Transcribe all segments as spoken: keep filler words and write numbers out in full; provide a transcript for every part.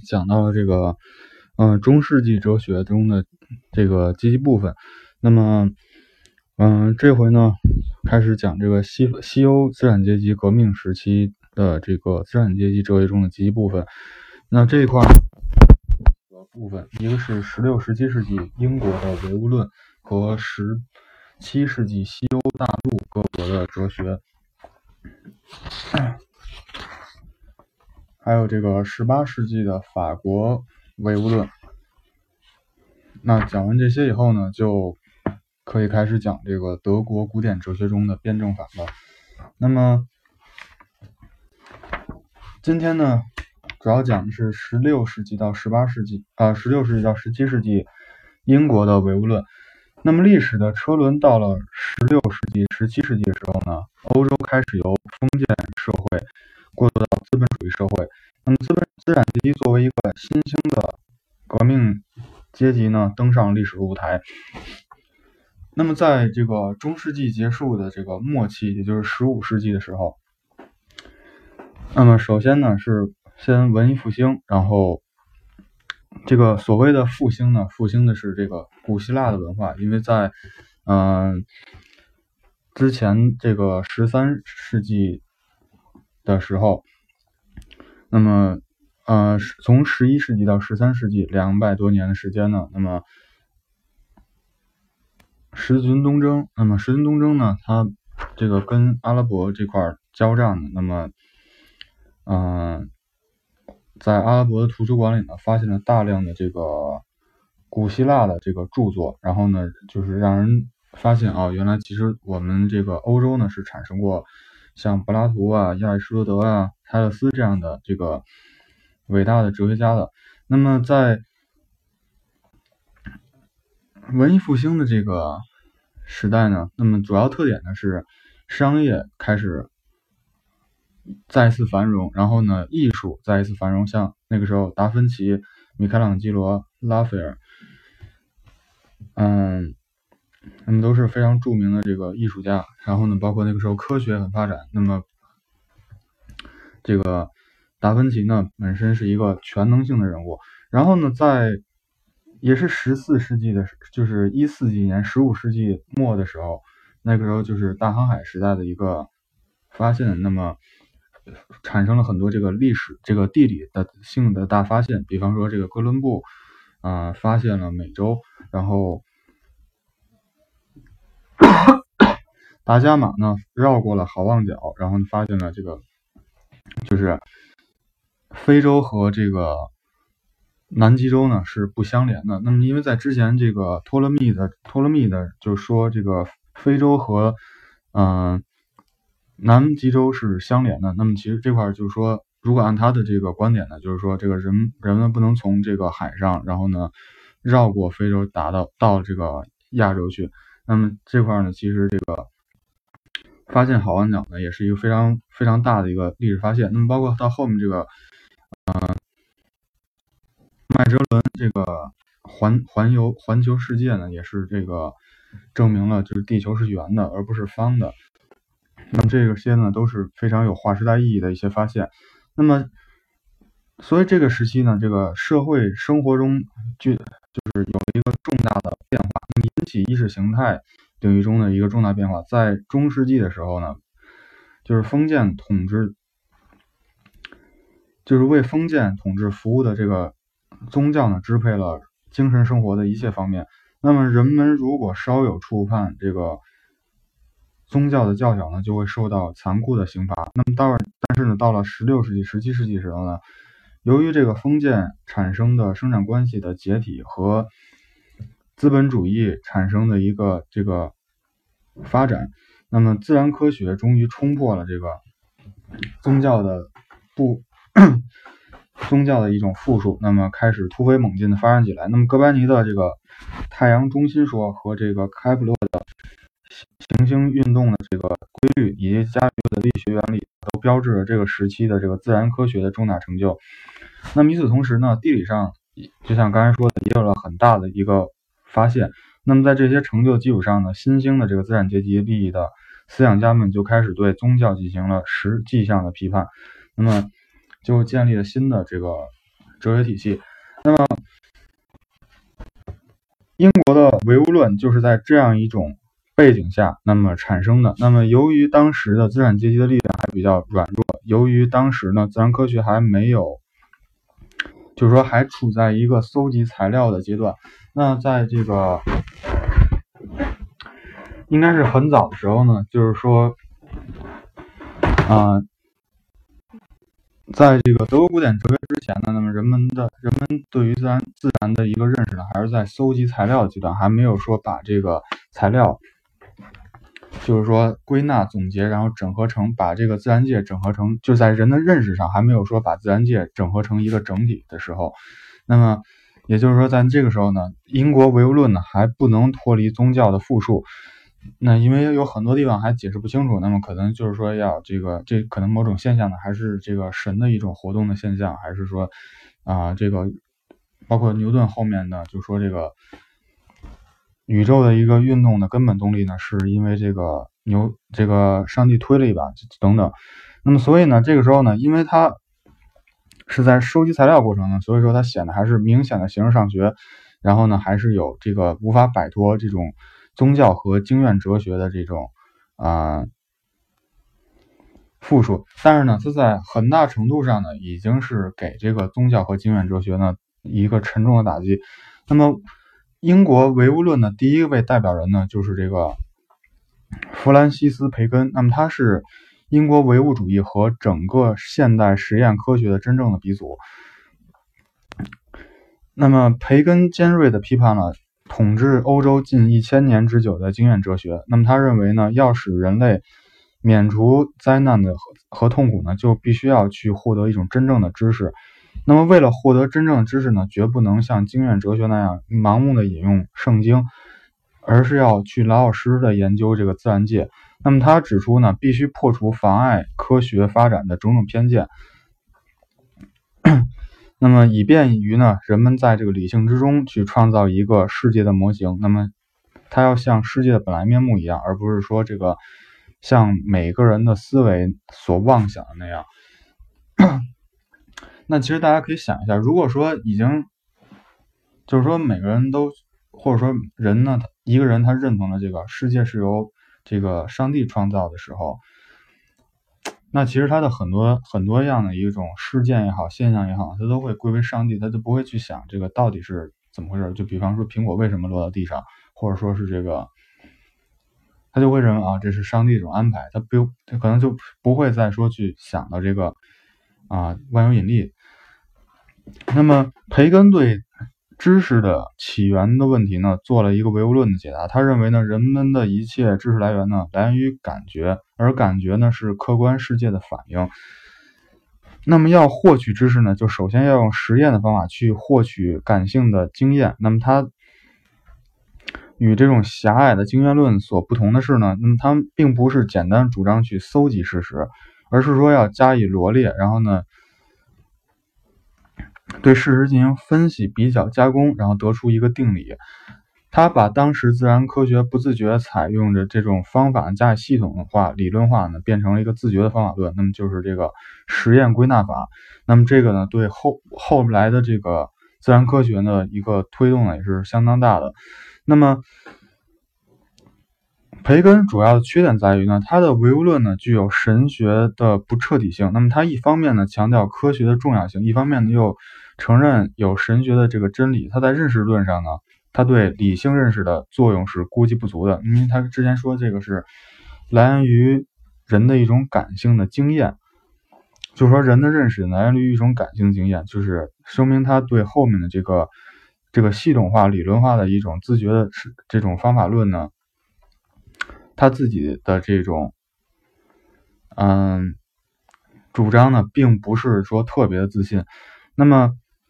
讲到了这个，嗯、呃，中世纪哲学中的这个阶级部分。那么，嗯、呃，这回呢，开始讲这个西西欧资产阶级革命时期的这个资产阶级哲学中的阶级部分。那这一块部分，一个是十六、十七世纪英国的唯物论和十七世纪西欧大陆各国的哲学。还有这个十八世纪的法国唯物论。那讲完这些以后呢，就可以开始讲这个德国古典哲学中的辩证法了。那么今天呢，主要讲的是十六世纪到十八世纪啊，十六世纪到十七世纪英国的唯物论。那么历史的车轮到了十六世纪、十七世纪的时候呢，欧洲开始由封建社会过渡到资本主义社会。那么资本资产阶级作为一个新兴的革命阶级呢，登上历史舞台。那么在这个中世纪结束的这个末期，也就是十五世纪的时候，那么首先呢是先文艺复兴，然后这个所谓的复兴呢，复兴的是这个古希腊的文化，因为在嗯、呃、之前这个十三世纪的时候，那么呃从十一世纪到十三世纪两百多年的时间呢，那么十字军东征，那么十字军东征呢，它这个跟阿拉伯这块交战的，那么嗯。呃在阿拉伯的图书馆里呢，发现了大量的这个古希腊的这个著作，然后呢，就是让人发现啊，原来其实我们这个欧洲呢是产生过像柏拉图啊、亚里士多德啊、泰勒斯这样的这个伟大的哲学家的。那么在文艺复兴的这个时代呢，那么主要特点呢是商业开始再次繁荣，然后呢，艺术再一次繁荣，像那个时候达芬奇、米开朗基罗、拉斐尔，嗯，他们都是非常著名的这个艺术家。然后呢，包括那个时候科学很发展，那么这个达芬奇呢本身是一个全能性的人物。然后呢，在也是十四世纪的，就是一四几年、十五世纪末的时候，那个时候就是大航海时代的一个发现，那么产生了很多这个历史、这个地理的性的大发现，比方说这个哥伦布啊、呃、发现了美洲，然后达伽马呢绕过了好望角，然后发现了这个就是非洲和这个南极洲呢是不相连的。那么因为在之前这个托勒密的托勒密的就说这个非洲和嗯。呃南极洲是相连的，那么其实这块就是说，如果按他的这个观点呢，就是说这个人人们不能从这个海上，然后呢绕过非洲达到到这个亚洲去。那么这块呢，其实这个发现好望角呢，也是一个非常非常大的一个历史发现。那么包括到后面这个呃麦哲伦这个环环游环球世界呢，也是这个证明了就是地球是圆的而不是方的。那么这些呢都是非常有划时代意义的一些发现。那么所以这个时期呢，这个社会生活中就就是有一个重大的变化，那么引起意识形态领域中的一个重大变化。在中世纪的时候呢，就是封建统治，就是为封建统治服务的这个宗教呢，支配了精神生活的一切方面。那么人们如果稍有触犯这个宗教的教条呢，就会受到残酷的刑罚。那么到但是呢，到了十六世纪、十七世纪时候呢，由于这个封建产生的生产关系的解体和资本主义产生的一个这个发展，那么自然科学终于冲破了这个宗教的不宗教的一种负数，那么开始突飞猛进的发展起来。那么哥白尼的这个太阳中心说和这个开普勒的行星运动的这个规律以及伽利略的力学原理都标志着这个时期的这个自然科学的重大成就。那么与此同时呢，地理上就像刚才说的也有了很大的一个发现。那么在这些成就基础上呢，新兴的这个资产阶级利益的思想家们就开始对宗教进行了实际上的批判，那么就建立了新的这个哲学体系。那么英国的唯物论就是在这样一种背景下那么产生的。那么由于当时的资产阶级的力量还比较软弱，由于当时呢自然科学还没有，就是说还处在一个搜集材料的阶段，那在这个应该是很早的时候呢，就是说啊、呃在这个德国古典哲学之前呢，那么人们的人们对于自然自然的一个认识呢，还是在搜集材料的阶段，还没有说把这个材料，就是说归纳总结，然后整合成把这个自然界整合成，就在人的认识上还没有说把自然界整合成一个整体的时候，那么也就是说，在这个时候呢，英国唯物论呢还不能脱离宗教的复数。那因为有很多地方还解释不清楚，那么可能就是说要这个这可能某种现象呢，还是这个神的一种活动的现象，还是说啊、呃、这个包括牛顿后面呢就说这个宇宙的一个运动的根本动力呢，是因为这个牛这个上帝推了一把等等。那么所以呢，这个时候呢，因为它是在收集材料过程呢，所以说它显得还是明显的形而上学，然后呢还是有这个无法摆脱这种宗教和经验哲学的这种啊、呃、复数，但是呢，它在很大程度上呢，已经是给这个宗教和经验哲学呢一个沉重的打击。那么，英国唯物论的第一位代表人呢，就是这个弗兰西斯·培根。那么他是英国唯物主义和整个现代实验科学的真正的鼻祖。那么，培根尖锐的批判了统治欧洲近一千年之久的经验哲学。那么他认为呢，要使人类免除灾难的和和痛苦呢，就必须要去获得一种真正的知识。那么为了获得真正的知识呢，绝不能像经验哲学那样盲目的引用圣经，而是要去老老实实的研究这个自然界。那么他指出呢，必须破除妨碍科学发展的种种偏见。那么以便于呢，人们在这个理性之中去创造一个世界的模型。那么它要像世界的本来面目一样，而不是说这个像每个人的思维所妄想的那样。那其实大家可以想一下，如果说已经就是说每个人都或者说人呢，一个人他认同了这个世界是由这个上帝创造的时候，那其实他的很多很多样的一种事件也好，现象也好，他都会归为上帝，他就不会去想这个到底是怎么回事。就比方说苹果为什么落到地上，或者说是这个，他就会认为啊这是上帝一种安排，他不他可能就不会再说去想到这个啊万有引力。那么培根对知识的起源的问题呢，做了一个唯物论的解答。他认为呢，人们的一切知识来源呢，来源于感觉，而感觉呢是客观世界的反应。那么要获取知识呢，就首先要用实验的方法去获取感性的经验。那么它与这种狭隘的经验论所不同的是呢，那么它并不是简单主张去搜集事实，而是说要加以罗列，然后呢对事实进行分析、比较、加工，然后得出一个定理。他把当时自然科学不自觉采用着这种方法加以系统化、理论化呢，变成了一个自觉的方法论。那么就是这个实验归纳法。那么这个呢，对后后来的这个自然科学的一个推动呢，也是相当大的。那么培根主要的缺点在于呢，他的唯物论呢具有神学的不彻底性。那么他一方面呢强调科学的重要性，一方面呢又承认有神学的这个真理。他在认识论上呢，他对理性认识的作用是估计不足的，因为他之前说这个是来源于人的一种感性的经验，就是说人的认识来源于一种感性经验，就是说明他对后面的这个这个系统化、理论化的一种自觉的这种方法论呢，他自己的这种嗯主张呢，并不是说特别的自信。那么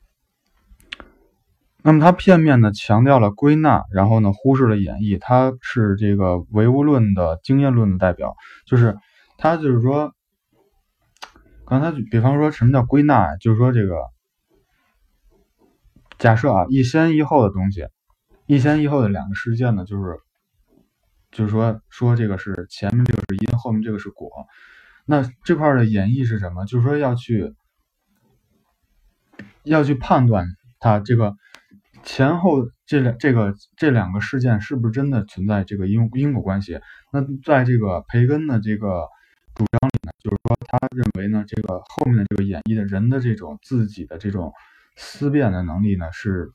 那么他片面的强调了归纳，然后呢忽视了演绎。他是这个唯物论的经验论的代表，就是他就是说刚才比方说什么叫归纳，就是说这个假设啊一先一后的东西，一先一后的两个事件呢，就是就是说说这个是前面这个是因，后面这个是果。那这块的演绎是什么？就是说要去要去判断它这个前后这两这个这两个事件是不是真的存在这个因因果关系。那在这个培根的这个主张里呢，就是说他认为呢，这个后面的这个演绎的人的这种自己的这种思辨的能力呢是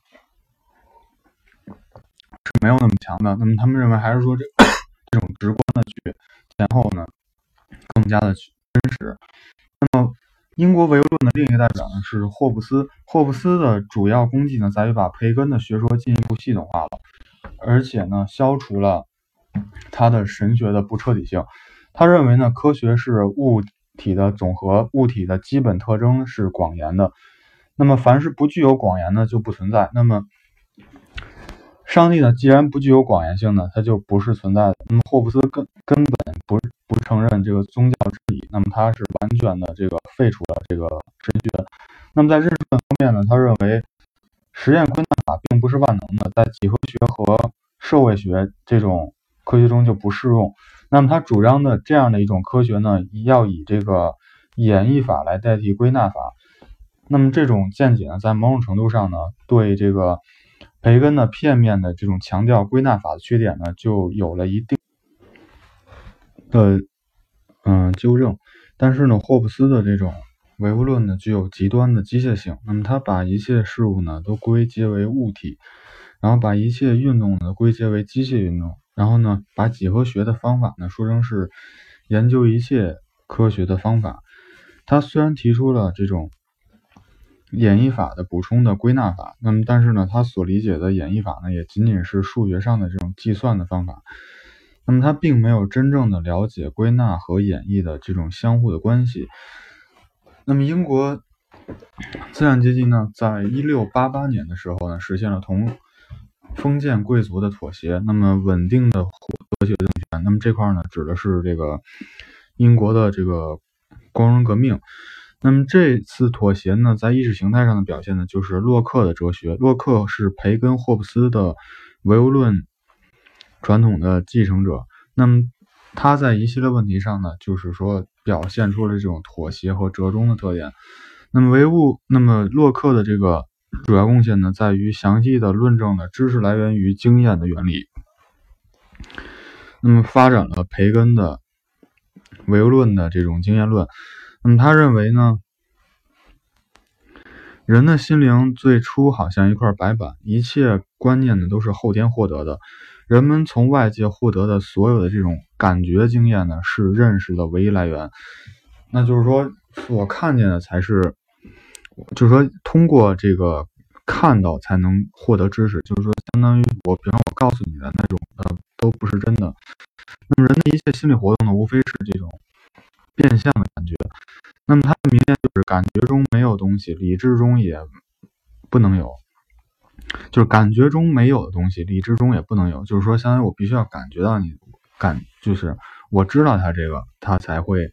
是没有那么强的。那么他们认为还是说这这种直观的去前后呢更加的真实。那么英国唯物论的另一个代表呢是霍布斯。霍布斯的主要功绩呢在于把培根的学说进一步系统化了，而且呢消除了他的神学的不彻底性。他认为呢科学是物体的总和，物体的基本特征是广言的，那么凡是不具有广言呢就不存在。那么上帝呢既然不具有广言性呢，它就不是存在的。那么霍布斯根根本不不承认这个宗教真理，那么他是完全的这个废除了这个神学。那么在认识论方面呢，他认为实验归纳法并不是万能的，在几何学和社会学这种科学中就不适用。那么他主张的这样的一种科学呢，要以这个演绎法来代替归纳法。那么这种见解呢，在某种程度上呢，对这个培根的片面的这种强调归纳法的缺点呢，就有了一定的嗯纠正。但是呢，霍布斯的这种唯物论呢，具有极端的机械性。那么他把一切事物呢都归结为物体，然后把一切运动呢归结为机械运动，然后呢把几何学的方法呢说成是研究一切科学的方法。他虽然提出了这种演绎法的补充的归纳法，那么但是呢他所理解的演绎法呢也仅仅是数学上的这种计算的方法。那么他并没有真正的了解归纳和演绎的这种相互的关系。那么英国资产阶级呢在一六八八年的时候呢实现了同封建贵族的妥协，那么稳定的和谐政权。那么这块呢指的是这个英国的这个光荣革命。那么这次妥协呢在意识形态上的表现呢就是洛克的哲学。洛克是培根霍布斯的唯物论传统的继承者。那么他在一系列问题上呢就是说表现出了这种妥协和折中的特点。那么唯物那么洛克的这个主要贡献呢在于详细的论证了知识来源于经验的原理，那么发展了培根的唯物论的这种经验论。那么他认为呢，人的心灵最初好像一块白板，一切观念呢都是后天获得的。人们从外界获得的所有的这种感觉经验呢，是认识的唯一来源。那就是说，所看见的才是，就是说通过这个看到才能获得知识，就是说相当于我，比方我告诉你的那种呃都不是真的。那么人的一切心理活动呢，无非是这种变相的感觉。那么它的明显就是感觉中没有东西，理智中也不能有。就是感觉中没有的东西，理智中也不能有。就是说，相当于我必须要感觉到你感，就是我知道它这个，它才会，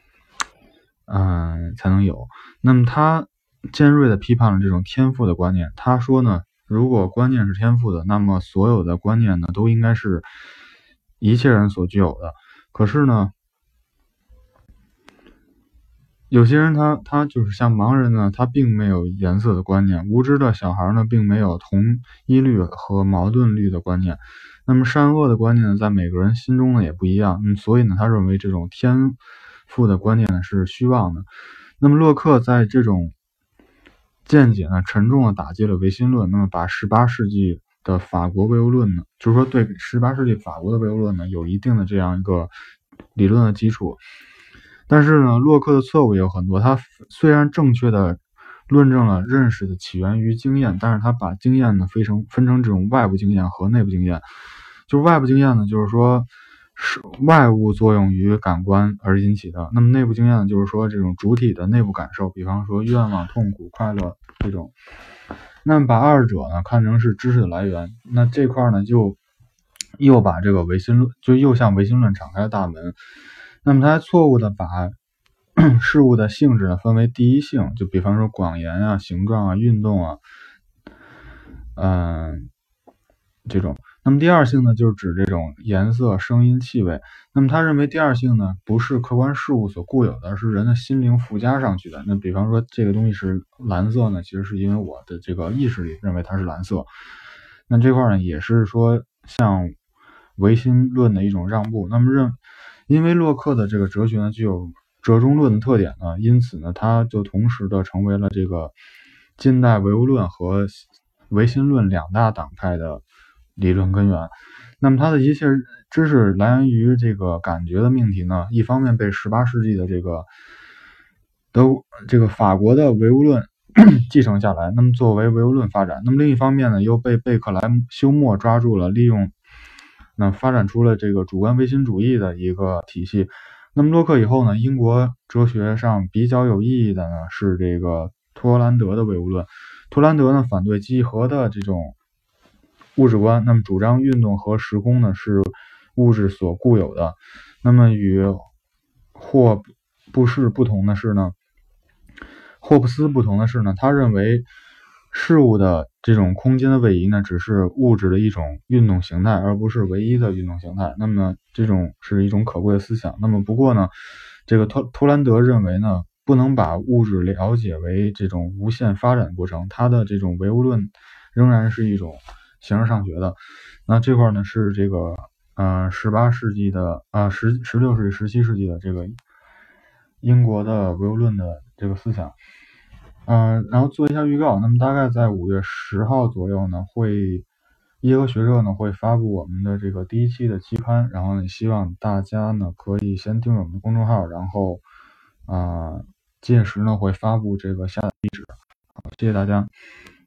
嗯、呃，才能有。那么他尖锐的批判了这种天赋的观念。他说呢，如果观念是天赋的，那么所有的观念呢，都应该是一切人所具有的。可是呢，有些人他他就是像盲人呢，他并没有颜色的观念；无知的小孩呢，并没有同一律和矛盾律的观念。那么善恶的观念呢，在每个人心中呢也不一样。嗯，所以呢，他认为这种天赋的观念呢是虚妄的。那么洛克在这种见解呢，沉重的打击了唯心论。那么把十八世纪的法国唯物论呢，就是说对十八世纪法国的唯物论呢，有一定的这样一个理论的基础。但是呢，洛克的错误也有很多。他虽然正确的论证了认识的起源于经验，但是他把经验呢分成分成这种外部经验和内部经验。就是外部经验呢，就是说是外物作用于感官而引起的。那么内部经验呢，就是说这种主体的内部感受，比方说愿望、痛苦、快乐这种。那么把二者呢看成是知识的来源，那这块呢就又把这个唯心论，就又向唯心论敞开了大门。那么他错误的把事物的性质呢分为第一性，就比方说广言啊、形状啊、运动啊，嗯、呃，这种。 那么第二性呢，就是指这种颜色、声音、气味。那么他认为第二性呢，不是客观事物所固有的，而是人的心灵附加上去的。那比方说这个东西是蓝色呢，其实是因为我的这个意识里认为它是蓝色。那这块呢，也是说像唯心论的一种让步。那么认，因为洛克的这个哲学呢，具有折中论的特点呢，因此呢，他就同时的成为了这个近代唯物论和唯心论两大党派的理论根源。那么他的一切知识来源于这个感觉的命题呢，一方面被十八世纪的这个德这个法国的唯物论继承下来，那么作为唯物论发展。那么另一方面呢，又被贝克莱休谟抓住了，利用那发展出了这个主观唯心主义的一个体系。那么洛克以后呢，英国哲学上比较有意义的呢是这个托兰德的唯物论。托兰德呢反对几何的这种物质观，那么主张运动和时空呢是物质所固有的。那么与霍布士不同的是呢，霍布斯不同的是呢，他认为事物的这种空间的位移呢，只是物质的一种运动形态，而不是唯一的运动形态。那么这种是一种可贵的思想。那么不过呢，这个托托兰德认为呢，不能把物质了解为这种无限发展的过程，他的这种唯物论仍然是一种形而上学的。那这块呢是这个呃十八世纪的啊十十六世纪十七世纪的这个英国的唯物论的这个思想。嗯、呃，然后做一下预告。那么大概在五月十号左右呢，会耶和学社呢会发布我们的这个第一期的期刊，然后呢希望大家呢可以先订阅我们的公众号，然后啊、呃、届时呢会发布这个下载地址。好，谢谢大家。